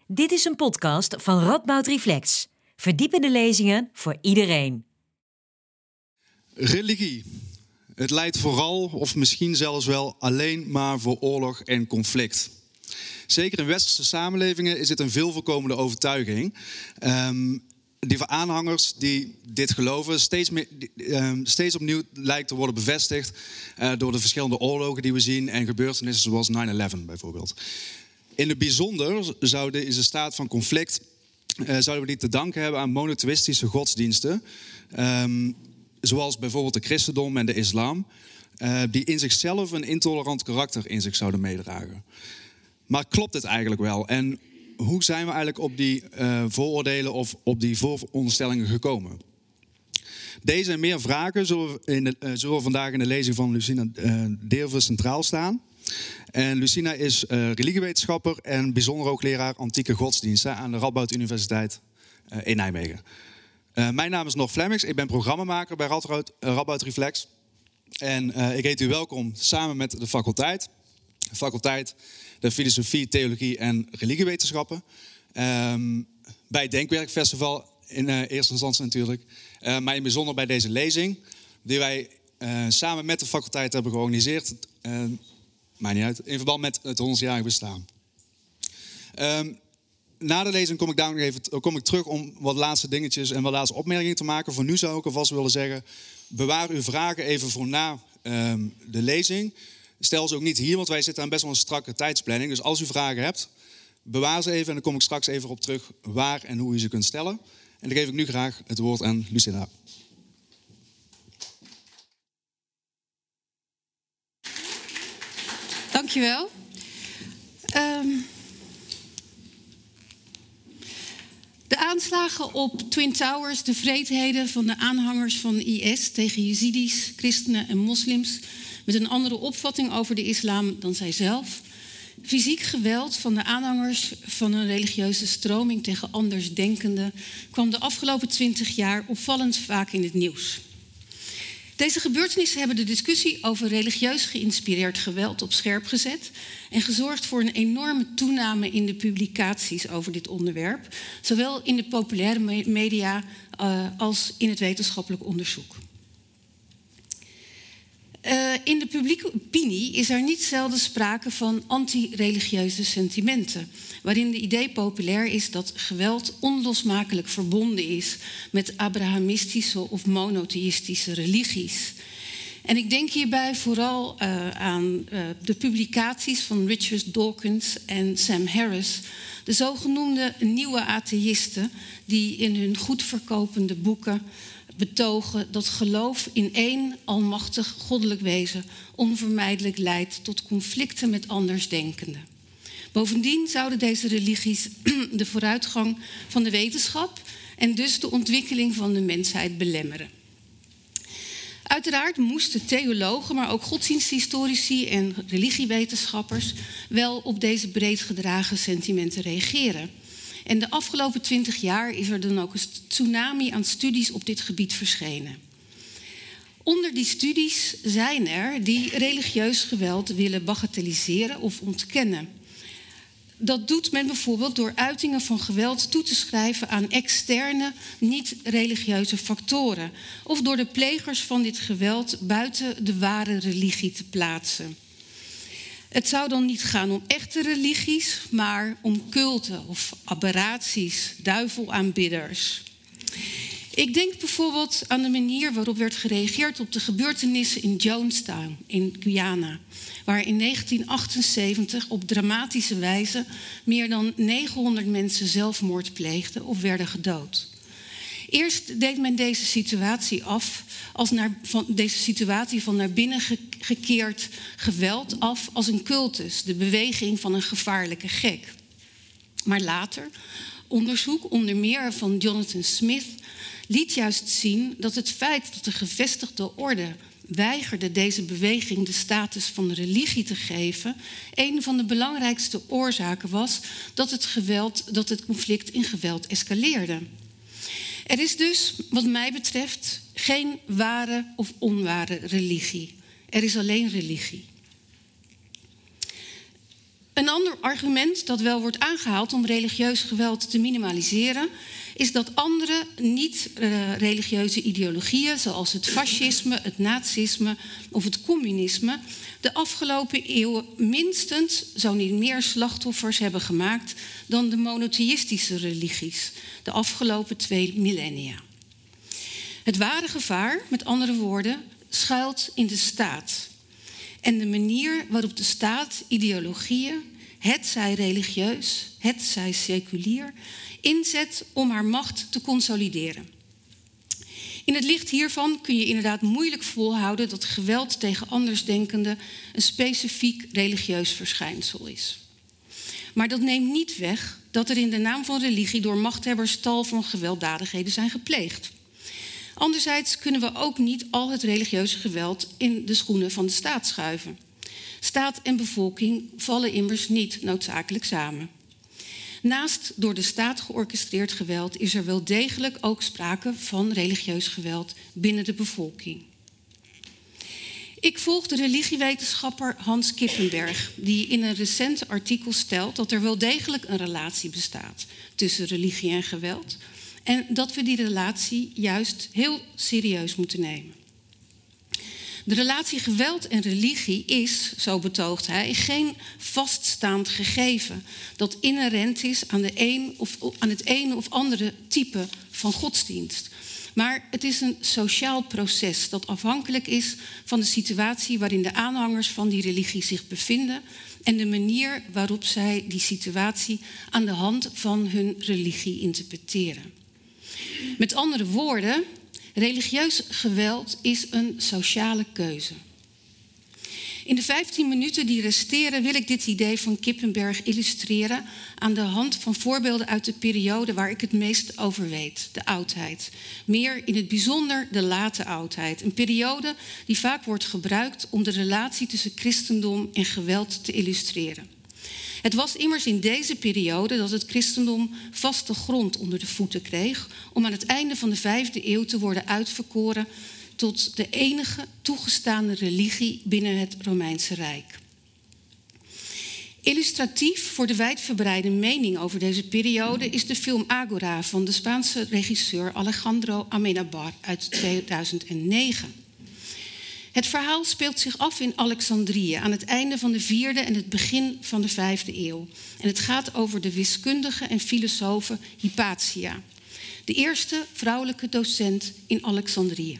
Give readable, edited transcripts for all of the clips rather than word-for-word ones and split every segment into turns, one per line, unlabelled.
Dit is een podcast van Radboud Reflex. Verdiepende lezingen voor iedereen.
Religie. Het leidt vooral, of misschien zelfs wel alleen maar voor oorlog en conflict. Zeker in westerse samenlevingen is dit een veel voorkomende overtuiging. Die voor aanhangers die dit geloven steeds opnieuw lijkt te worden bevestigd door de verschillende oorlogen die we zien en gebeurtenissen zoals 9/11 bijvoorbeeld. In het bijzonder is de staat van conflict zouden we die te danken hebben aan monotheïstische godsdiensten, zoals bijvoorbeeld de christendom en de islam, die in zichzelf een intolerant karakter in zich zouden meedragen. Maar klopt dit eigenlijk wel? En hoe zijn we eigenlijk op die vooroordelen of op die vooronderstellingen gekomen? Deze en meer vragen zullen vandaag in de lezing van Lucina Deerve centraal staan. En Lucina is religiewetenschapper en bijzonder hoogleraar antieke godsdiensten aan de Radboud Universiteit in Nijmegen. Mijn naam is Noor Flemmix, ik ben programmamaker bij Radboud Reflex. En ik heet u welkom samen met de faculteit de Filosofie, Theologie en Religiewetenschappen. Bij het Denkwerkfestival in eerste instantie natuurlijk. Maar in het bijzonder bij deze lezing, die wij samen met de faculteit hebben georganiseerd. Maakt niet uit, in verband met het 100-jarig bestaan. Na de lezing kom ik terug om wat laatste dingetjes en wat laatste opmerkingen te maken. Voor nu zou ik alvast willen zeggen, bewaar uw vragen even voor na de lezing. Stel ze ook niet hier, want wij zitten aan best wel een strakke tijdsplanning. Dus als u vragen hebt, bewaar ze even en dan kom ik straks even op terug waar en hoe u ze kunt stellen. En dan geef ik nu graag het woord aan Lucina.
Dankjewel. De aanslagen op Twin Towers, de wreedheden van de aanhangers van IS tegen Jezidis, christenen en moslims met een andere opvatting over de islam dan zijzelf. Fysiek geweld van de aanhangers van een religieuze stroming tegen andersdenkenden kwam de afgelopen 20 jaar opvallend vaak in het nieuws. Deze gebeurtenissen hebben de discussie over religieus geïnspireerd geweld op scherp gezet en gezorgd voor een enorme toename in de publicaties over dit onderwerp, zowel in de populaire media als in het wetenschappelijk onderzoek. In de publieke opinie is er niet zelden sprake van anti-religieuze sentimenten, waarin de idee populair is dat geweld onlosmakelijk verbonden is met abrahamistische of monotheïstische religies. En ik denk hierbij vooral aan de publicaties van Richard Dawkins en Sam Harris, de zogenoemde nieuwe atheïsten, die in hun goed verkopende boeken betogen dat geloof in één almachtig goddelijk wezen onvermijdelijk leidt tot conflicten met andersdenkenden. Bovendien zouden deze religies de vooruitgang van de wetenschap en dus de ontwikkeling van de mensheid belemmeren. Uiteraard moesten theologen, maar ook godsdiensthistorici en religiewetenschappers wel op deze breed gedragen sentimenten reageren. En de afgelopen 20 jaar is er dan ook een tsunami aan studies op dit gebied verschenen. Onder die studies zijn er die religieus geweld willen bagatelliseren of ontkennen. Dat doet men bijvoorbeeld door uitingen van geweld toe te schrijven aan externe, niet-religieuze factoren, of door de plegers van dit geweld buiten de ware religie te plaatsen. Het zou dan niet gaan om echte religies, maar om culten of aberraties, duivelaanbidders. Ik denk bijvoorbeeld aan de manier waarop werd gereageerd op de gebeurtenissen in Jonestown in Guyana, waar in 1978 op dramatische wijze meer dan 900 mensen zelfmoord pleegden of werden gedood. Eerst deed men deze situatie van naar binnen gekeerd geweld af als een cultus, de beweging van een gevaarlijke gek. Maar later, onderzoek onder meer van Jonathan Smith liet juist zien dat het feit dat de gevestigde orde weigerde deze beweging de status van religie te geven, een van de belangrijkste oorzaken was dat het conflict in geweld escaleerde. Er is dus, wat mij betreft, geen ware of onware religie. Er is alleen religie. Een ander argument dat wel wordt aangehaald om religieus geweld te minimaliseren, is dat andere niet-religieuze ideologieën, zoals het fascisme, het nazisme of het communisme, de afgelopen eeuwen minstens, zo niet meer, slachtoffers hebben gemaakt dan de monotheïstische religies, de afgelopen 2 millennia. Het ware gevaar, met andere woorden, schuilt in de staat. En de manier waarop de staat ideologieën, hetzij religieus, hetzij seculier, inzet om haar macht te consolideren. In het licht hiervan kun je inderdaad moeilijk volhouden dat geweld tegen andersdenkenden een specifiek religieus verschijnsel is. Maar dat neemt niet weg dat er in de naam van religie door machthebbers tal van gewelddadigheden zijn gepleegd. Anderzijds kunnen we ook niet al het religieuze geweld in de schoenen van de staat schuiven. Staat en bevolking vallen immers niet noodzakelijk samen. Naast door de staat georchestreerd geweld is er wel degelijk ook sprake van religieus geweld binnen de bevolking. Ik volg de religiewetenschapper Hans Kippenberg, die in een recent artikel stelt dat er wel degelijk een relatie bestaat tussen religie en geweld en dat we die relatie juist heel serieus moeten nemen. De relatie geweld en religie is, zo betoogt hij, geen vaststaand gegeven dat inherent is aan het ene of andere type van godsdienst. Maar het is een sociaal proces dat afhankelijk is van de situatie waarin de aanhangers van die religie zich bevinden en de manier waarop zij die situatie aan de hand van hun religie interpreteren. Met andere woorden, religieus geweld is een sociale keuze. In de 15 minuten die resteren wil ik dit idee van Kippenberg illustreren aan de hand van voorbeelden uit de periode waar ik het meest over weet, de oudheid. Meer in het bijzonder de late oudheid, een periode die vaak wordt gebruikt om de relatie tussen christendom en geweld te illustreren. Het was immers in deze periode dat het christendom vaste grond onder de voeten kreeg om aan het einde van de 5e eeuw te worden uitverkoren tot de enige toegestane religie binnen het Romeinse Rijk. Illustratief voor de wijdverbreide mening over deze periode is de film Agora van de Spaanse regisseur Alejandro Amenabar uit 2009. Het verhaal speelt zich af in Alexandrië aan het einde van de 4e en het begin van de 5e eeuw. En het gaat over de wiskundige en filosofe Hypatia, de eerste vrouwelijke docent in Alexandrië.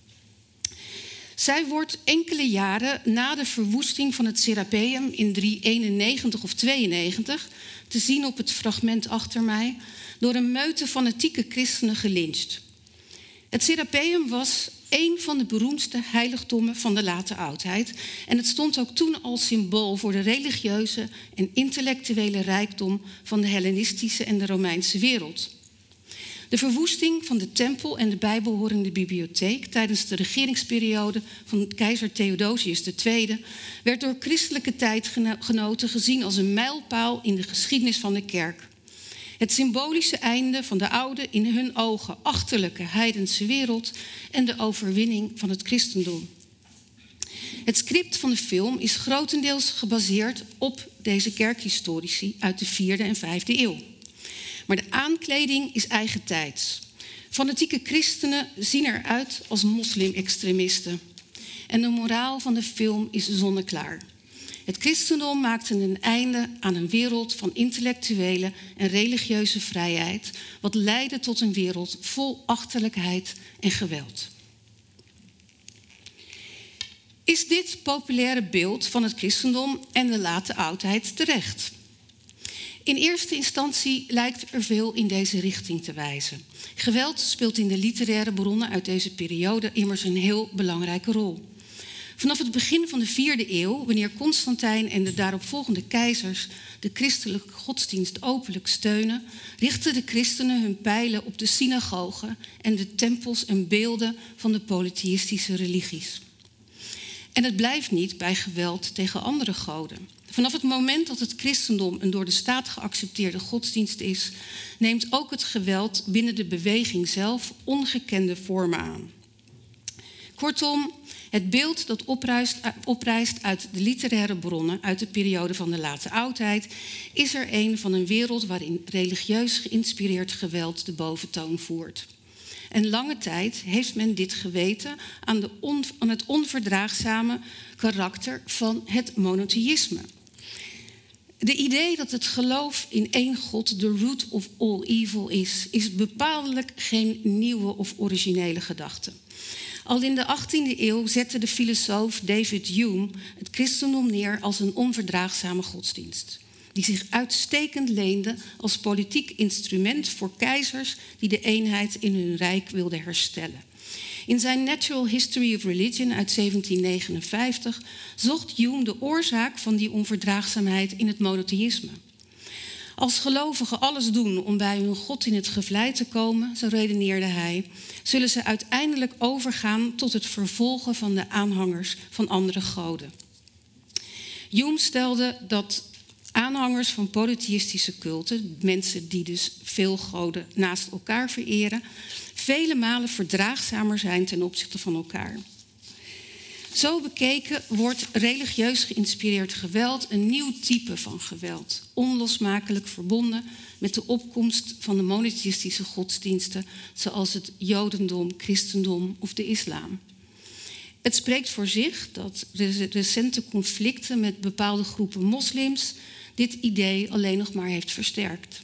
Zij wordt enkele jaren na de verwoesting van het Serapeum in 391 of 92, te zien op het fragment achter mij, door een meute fanatieke christenen gelyncht. Het Serapeum was een van de beroemdste heiligdommen van de late oudheid en het stond ook toen als symbool voor de religieuze en intellectuele rijkdom van de Hellenistische en de Romeinse wereld. De verwoesting van de tempel en de bijbehorende bibliotheek tijdens de regeringsperiode van keizer Theodosius II werd door christelijke tijdgenoten gezien als een mijlpaal in de geschiedenis van de kerk. Het symbolische einde van de oude, in hun ogen achterlijke heidense wereld en de overwinning van het christendom. Het script van de film is grotendeels gebaseerd op deze kerkhistorici uit de 4e en 5e eeuw. Maar de aankleding is eigentijds. Fanatieke christenen zien eruit als moslim-extremisten. En de moraal van de film is zonneklaar. Het christendom maakte een einde aan een wereld van intellectuele en religieuze vrijheid, wat leidde tot een wereld vol achterlijkheid en geweld. Is dit populaire beeld van het christendom en de late oudheid terecht? In eerste instantie lijkt er veel in deze richting te wijzen. Geweld speelt in de literaire bronnen uit deze periode immers een heel belangrijke rol. Vanaf het begin van de 4e eeuw, wanneer Constantijn en de daaropvolgende keizers de christelijke godsdienst openlijk steunen, richten de christenen hun pijlen op de synagogen en de tempels en beelden van de polytheïstische religies. En het blijft niet bij geweld tegen andere goden. Vanaf het moment dat het christendom een door de staat geaccepteerde godsdienst is, neemt ook het geweld binnen de beweging zelf ongekende vormen aan. Kortom, het beeld dat oprijst uit de literaire bronnen uit de periode van de late oudheid is er een van een wereld waarin religieus geïnspireerd geweld de boventoon voert. En lange tijd heeft men dit geweten aan het onverdraagzame karakter van het monotheïsme. De idee dat het geloof in één God de root of all evil is bepaaldelijk geen nieuwe of originele gedachte. Al in de 18e eeuw zette de filosoof David Hume het christendom neer als een onverdraagzame godsdienst, die zich uitstekend leende als politiek instrument voor keizers die de eenheid in hun rijk wilden herstellen. In zijn Natural History of Religion uit 1759 zocht Hume de oorzaak van die onverdraagzaamheid in het monotheïsme. Als gelovigen alles doen om bij hun God in het gevlei te komen, zo redeneerde hij, zullen ze uiteindelijk overgaan tot het vervolgen van de aanhangers van andere goden. Hume stelde dat aanhangers van polytheïstische culten, mensen die dus veel goden naast elkaar vereren, vele malen verdraagzamer zijn ten opzichte van elkaar. Zo bekeken wordt religieus geïnspireerd geweld een nieuw type van geweld, onlosmakelijk verbonden met de opkomst van de monotheïstische godsdiensten, zoals het Jodendom, Christendom of de islam. Het spreekt voor zich dat recente conflicten met bepaalde groepen moslims dit idee alleen nog maar heeft versterkt.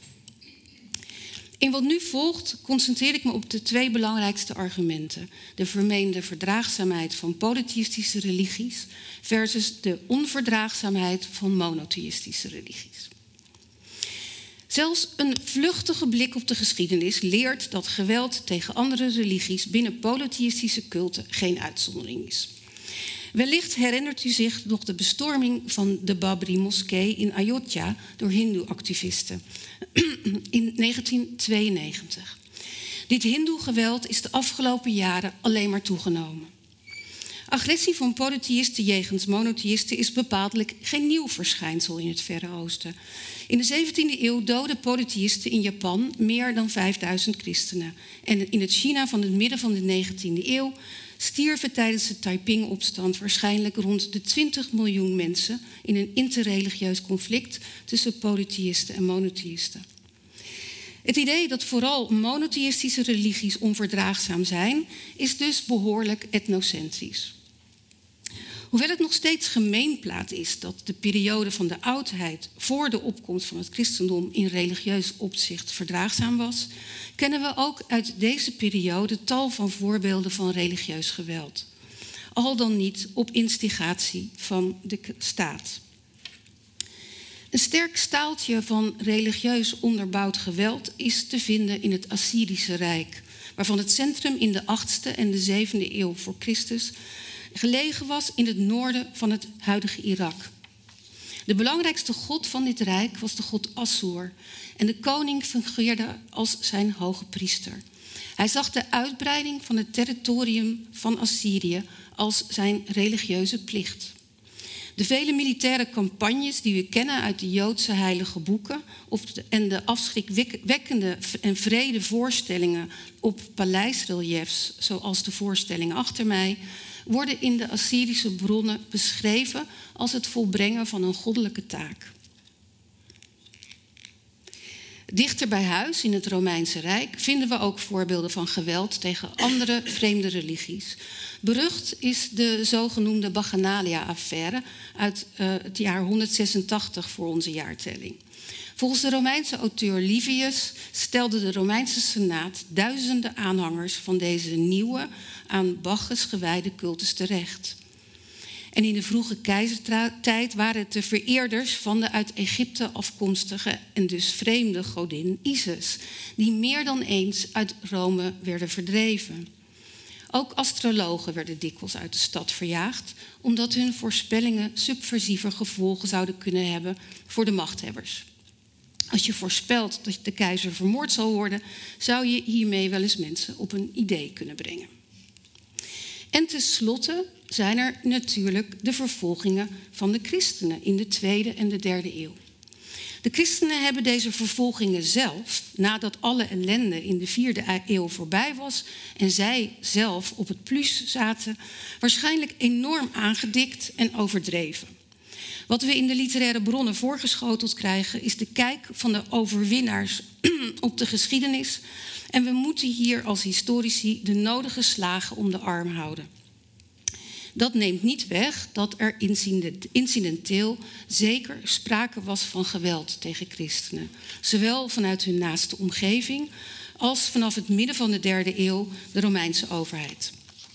In wat nu volgt concentreer ik me op de twee belangrijkste argumenten. De vermeende verdraagzaamheid van polytheïstische religies versus de onverdraagzaamheid van monotheïstische religies. Zelfs een vluchtige blik op de geschiedenis leert dat geweld tegen andere religies binnen polytheïstische culten geen uitzondering is. Wellicht herinnert u zich nog de bestorming van de Babri-moskee in Ayodhya door hindoe-activisten in 1992. Dit hindoe-geweld is de afgelopen jaren alleen maar toegenomen. Agressie van polytheïsten jegens monotheïsten is bepaaldelijk geen nieuw verschijnsel in het Verre Oosten. In de 17e eeuw doodden polytheïsten in Japan meer dan 5000 christenen. En in het China van het midden van de 19e eeuw stierven tijdens de Taiping-opstand waarschijnlijk rond de 20 miljoen mensen in een interreligieus conflict tussen polytheïsten en monotheïsten. Het idee dat vooral monotheïstische religies onverdraagzaam zijn, is dus behoorlijk etnocentrisch. Hoewel het nog steeds gemeenplaat is dat de periode van de oudheid voor de opkomst van het christendom in religieus opzicht verdraagzaam was, kennen we ook uit deze periode tal van voorbeelden van religieus geweld. Al dan niet op instigatie van de staat. Een sterk staaltje van religieus onderbouwd geweld is te vinden in het Assyrische Rijk, waarvan het centrum in de 8e en de 7e eeuw voor Christus gelegen was in het noorden van het huidige Irak. De belangrijkste god van dit rijk was de god Assur en de koning fungeerde als zijn hoge priester. Hij zag de uitbreiding van het territorium van Assyrië als zijn religieuze plicht. De vele militaire campagnes die we kennen uit de Joodse heilige boeken en de afschrikwekkende en wrede voorstellingen op paleisreliefs, zoals de voorstelling achter mij, worden in de Assyrische bronnen beschreven als het volbrengen van een goddelijke taak. Dichter bij huis in het Romeinse Rijk vinden we ook voorbeelden van geweld tegen andere vreemde religies. Berucht is de zogenoemde Bacchanalia-affaire uit het jaar 186 voor onze jaartelling. Volgens de Romeinse auteur Livius stelde de Romeinse Senaat duizenden aanhangers van deze nieuwe, aan Bacchus gewijde cultus terecht. En in de vroege keizertijd waren het de vereerders van de uit Egypte afkomstige en dus vreemde godin Isis, die meer dan eens uit Rome werden verdreven. Ook astrologen werden dikwijls uit de stad verjaagd, omdat hun voorspellingen subversieve gevolgen zouden kunnen hebben voor de machthebbers. Als je voorspelt dat de keizer vermoord zal worden, zou je hiermee wel eens mensen op een idee kunnen brengen. En tenslotte zijn er natuurlijk de vervolgingen van de christenen in de 2e en de 3e eeuw. De christenen hebben deze vervolgingen zelf, nadat alle ellende in de 4e eeuw voorbij was en zij zelf op het plus zaten, waarschijnlijk enorm aangedikt en overdreven. Wat we in de literaire bronnen voorgeschoteld krijgen is de kijk van de overwinnaars op de geschiedenis. En we moeten hier als historici de nodige slagen om de arm houden. Dat neemt niet weg dat er incidenteel zeker sprake was van geweld tegen christenen. Zowel vanuit hun naaste omgeving als vanaf het midden van de 3e eeuw de Romeinse overheid.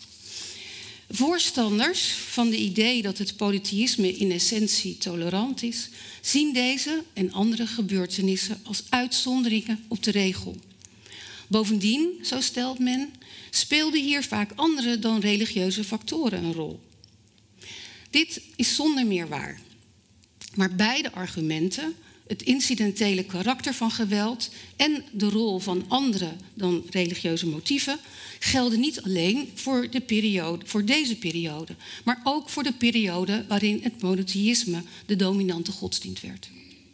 Voorstanders van de idee dat het polytheïsme in essentie tolerant is, zien deze en andere gebeurtenissen als uitzonderingen op de regel. Bovendien, zo stelt men, speelden hier vaak andere dan religieuze factoren een rol. Dit is zonder meer waar. Maar beide argumenten, het incidentele karakter van geweld en de rol van andere dan religieuze motieven, gelden niet alleen voor deze periode, maar ook voor de periode waarin het monotheïsme de dominante godsdienst werd.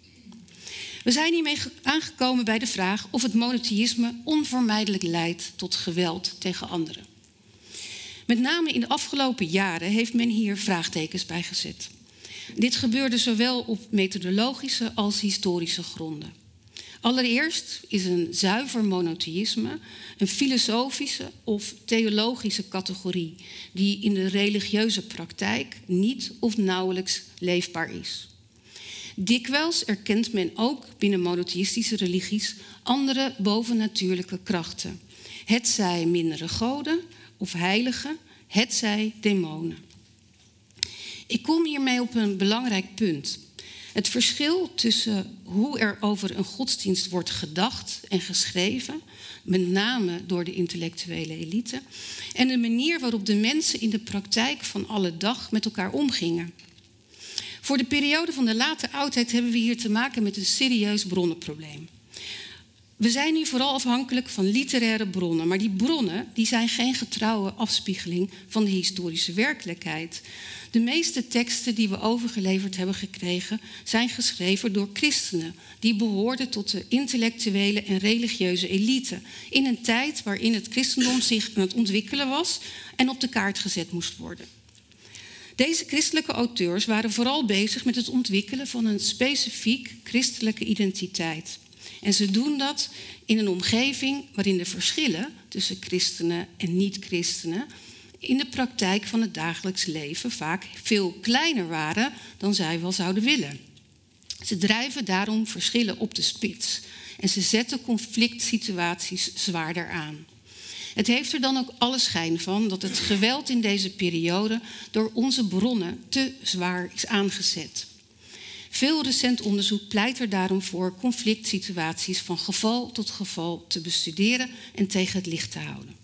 We zijn hiermee aangekomen bij de vraag of het monotheïsme onvermijdelijk leidt tot geweld tegen anderen. Met name in de afgelopen jaren heeft men hier vraagtekens bij gezet. Dit gebeurde zowel op methodologische als historische gronden. Allereerst is een zuiver monotheïsme een filosofische of theologische categorie die in de religieuze praktijk niet of nauwelijks leefbaar is. Dikwijls erkent men ook binnen monotheïstische religies andere bovennatuurlijke krachten. Hetzij mindere goden of heiligen, hetzij demonen. Ik kom hiermee op een belangrijk punt. Het verschil tussen hoe er over een godsdienst wordt gedacht en geschreven, met name door de intellectuele elite, en de manier waarop de mensen in de praktijk van alle dag met elkaar omgingen. Voor de periode van de late oudheid hebben we hier te maken met een serieus bronnenprobleem. We zijn nu vooral afhankelijk van literaire bronnen, maar die bronnen die zijn geen getrouwe afspiegeling van de historische werkelijkheid. De meeste teksten die we overgeleverd hebben gekregen zijn geschreven door christenen die behoorden tot de intellectuele en religieuze elite in een tijd waarin het christendom zich aan het ontwikkelen was en op de kaart gezet moest worden. Deze christelijke auteurs waren vooral bezig met het ontwikkelen van een specifiek christelijke identiteit. En ze doen dat in een omgeving waarin de verschillen tussen christenen en niet-christenen in de praktijk van het dagelijks leven vaak veel kleiner waren dan zij wel zouden willen. Ze drijven daarom verschillen op de spits en ze zetten conflict situaties zwaarder aan. Het heeft er dan ook alle schijn van dat het geweld in deze periode door onze bronnen te zwaar is aangezet. Veel recent onderzoek pleit er daarom voor conflict situaties van geval tot geval te bestuderen en tegen het licht te houden.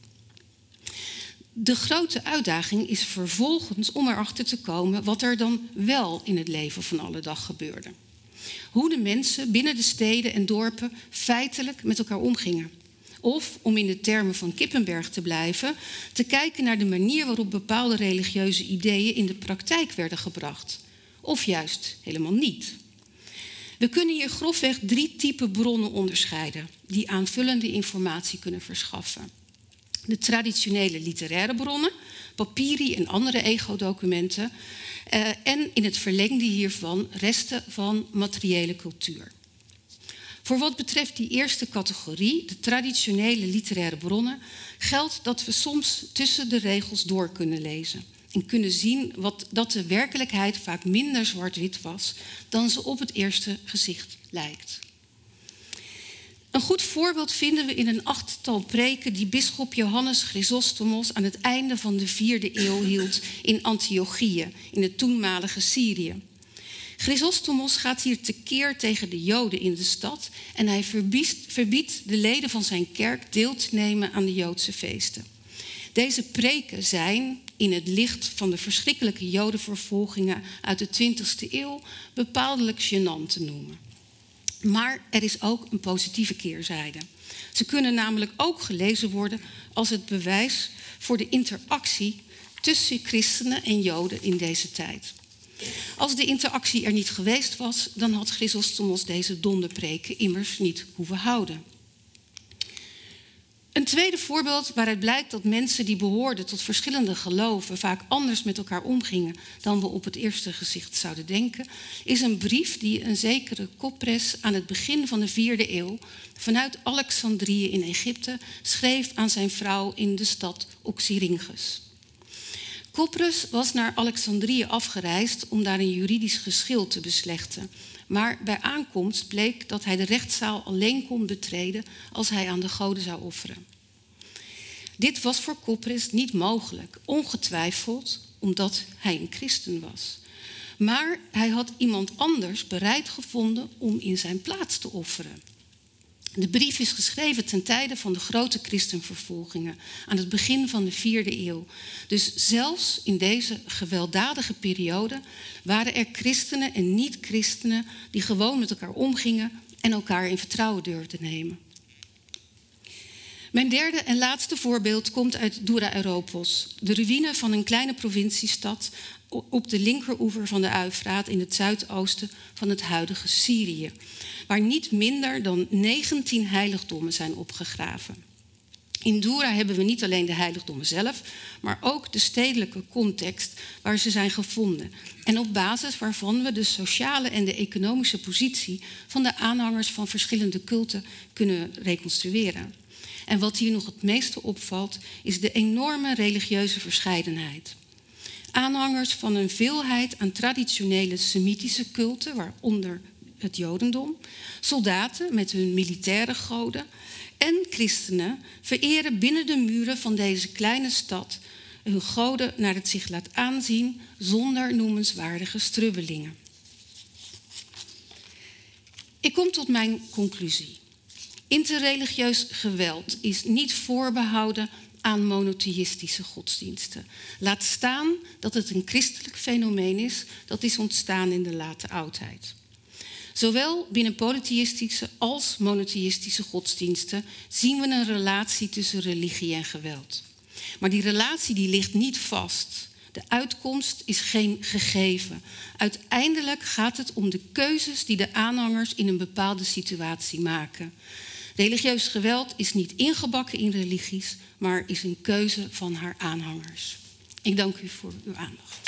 De grote uitdaging is vervolgens om erachter te komen wat er dan wel in het leven van alle dag gebeurde. Hoe de mensen binnen de steden en dorpen feitelijk met elkaar omgingen. Of, om in de termen van Kippenberg te blijven, te kijken naar de manier waarop bepaalde religieuze ideeën in de praktijk werden gebracht. Of juist helemaal niet. We kunnen hier grofweg 3 typen bronnen onderscheiden die aanvullende informatie kunnen verschaffen. De traditionele literaire bronnen, papyri en andere ego-documenten en in het verlengde hiervan resten van materiële cultuur. Voor wat betreft die eerste categorie, de traditionele literaire bronnen, geldt dat we soms tussen de regels door kunnen lezen en kunnen zien dat de werkelijkheid vaak minder zwart-wit was dan ze op het eerste gezicht lijkt. Een goed voorbeeld vinden we in een 8-tal preken die bisschop Johannes Chrysostomos aan het einde van de 4e eeuw hield in Antiochië, in het toenmalige Syrië. Chrysostomos gaat hier tekeer tegen de Joden in de stad en hij verbiedt de leden van zijn kerk deel te nemen aan de Joodse feesten. Deze preken zijn, in het licht van de verschrikkelijke Jodenvervolgingen uit de 20e eeuw, bepaaldelijk gênant te noemen. Maar er is ook een positieve keerzijde. Ze kunnen namelijk ook gelezen worden als het bewijs voor de interactie tussen christenen en Joden in deze tijd. Als de interactie er niet geweest was, dan had Chrysostomos deze donderpreken immers niet hoeven houden. Een tweede voorbeeld waaruit blijkt dat mensen die behoorden tot verschillende geloven vaak anders met elkaar omgingen dan we op het eerste gezicht zouden denken, is een brief die een zekere Kopres aan het begin van de 4e eeuw vanuit Alexandrië in Egypte schreef aan zijn vrouw in de stad Oxyrhynchus. Kopres was naar Alexandrië afgereisd om daar een juridisch geschil te beslechten. Maar bij aankomst bleek dat hij de rechtszaal alleen kon betreden als hij aan de goden zou offeren. Dit was voor Kopres niet mogelijk, ongetwijfeld omdat hij een christen was. Maar hij had iemand anders bereid gevonden om in zijn plaats te offeren. De brief is geschreven ten tijde van de grote christenvervolgingen aan het begin van de 4e eeuw. Dus zelfs in deze gewelddadige periode waren er christenen en niet-christenen die gewoon met elkaar omgingen en elkaar in vertrouwen durfden nemen. Mijn derde en laatste voorbeeld komt uit Dura Europos, de ruïne van een kleine provinciestad op de linkeroever van de Uifraat in het zuidoosten van het huidige Syrië, waar niet minder dan 19 heiligdommen zijn opgegraven. In Dura hebben we niet alleen de heiligdommen zelf, maar ook de stedelijke context waar ze zijn gevonden en op basis waarvan we de sociale en de economische positie van de aanhangers van verschillende culten kunnen reconstrueren. En wat hier nog het meeste opvalt, is de enorme religieuze verscheidenheid. Aanhangers van een veelheid aan traditionele Semitische culten, waaronder het Jodendom, soldaten met hun militaire goden en christenen vereren binnen de muren van deze kleine stad hun goden naar het zich laat aanzien zonder noemenswaardige strubbelingen. Ik kom tot mijn conclusie. Interreligieus geweld is niet voorbehouden aan monotheïstische godsdiensten. Laat staan dat het een christelijk fenomeen is dat is ontstaan in de late oudheid. Zowel binnen polytheïstische als monotheïstische godsdiensten zien we een relatie tussen religie en geweld. Maar die relatie die ligt niet vast. De uitkomst is geen gegeven. Uiteindelijk gaat het om de keuzes die de aanhangers in een bepaalde situatie maken. Religieus geweld is niet ingebakken in religies, maar is een keuze van haar aanhangers. Ik dank u voor uw aandacht.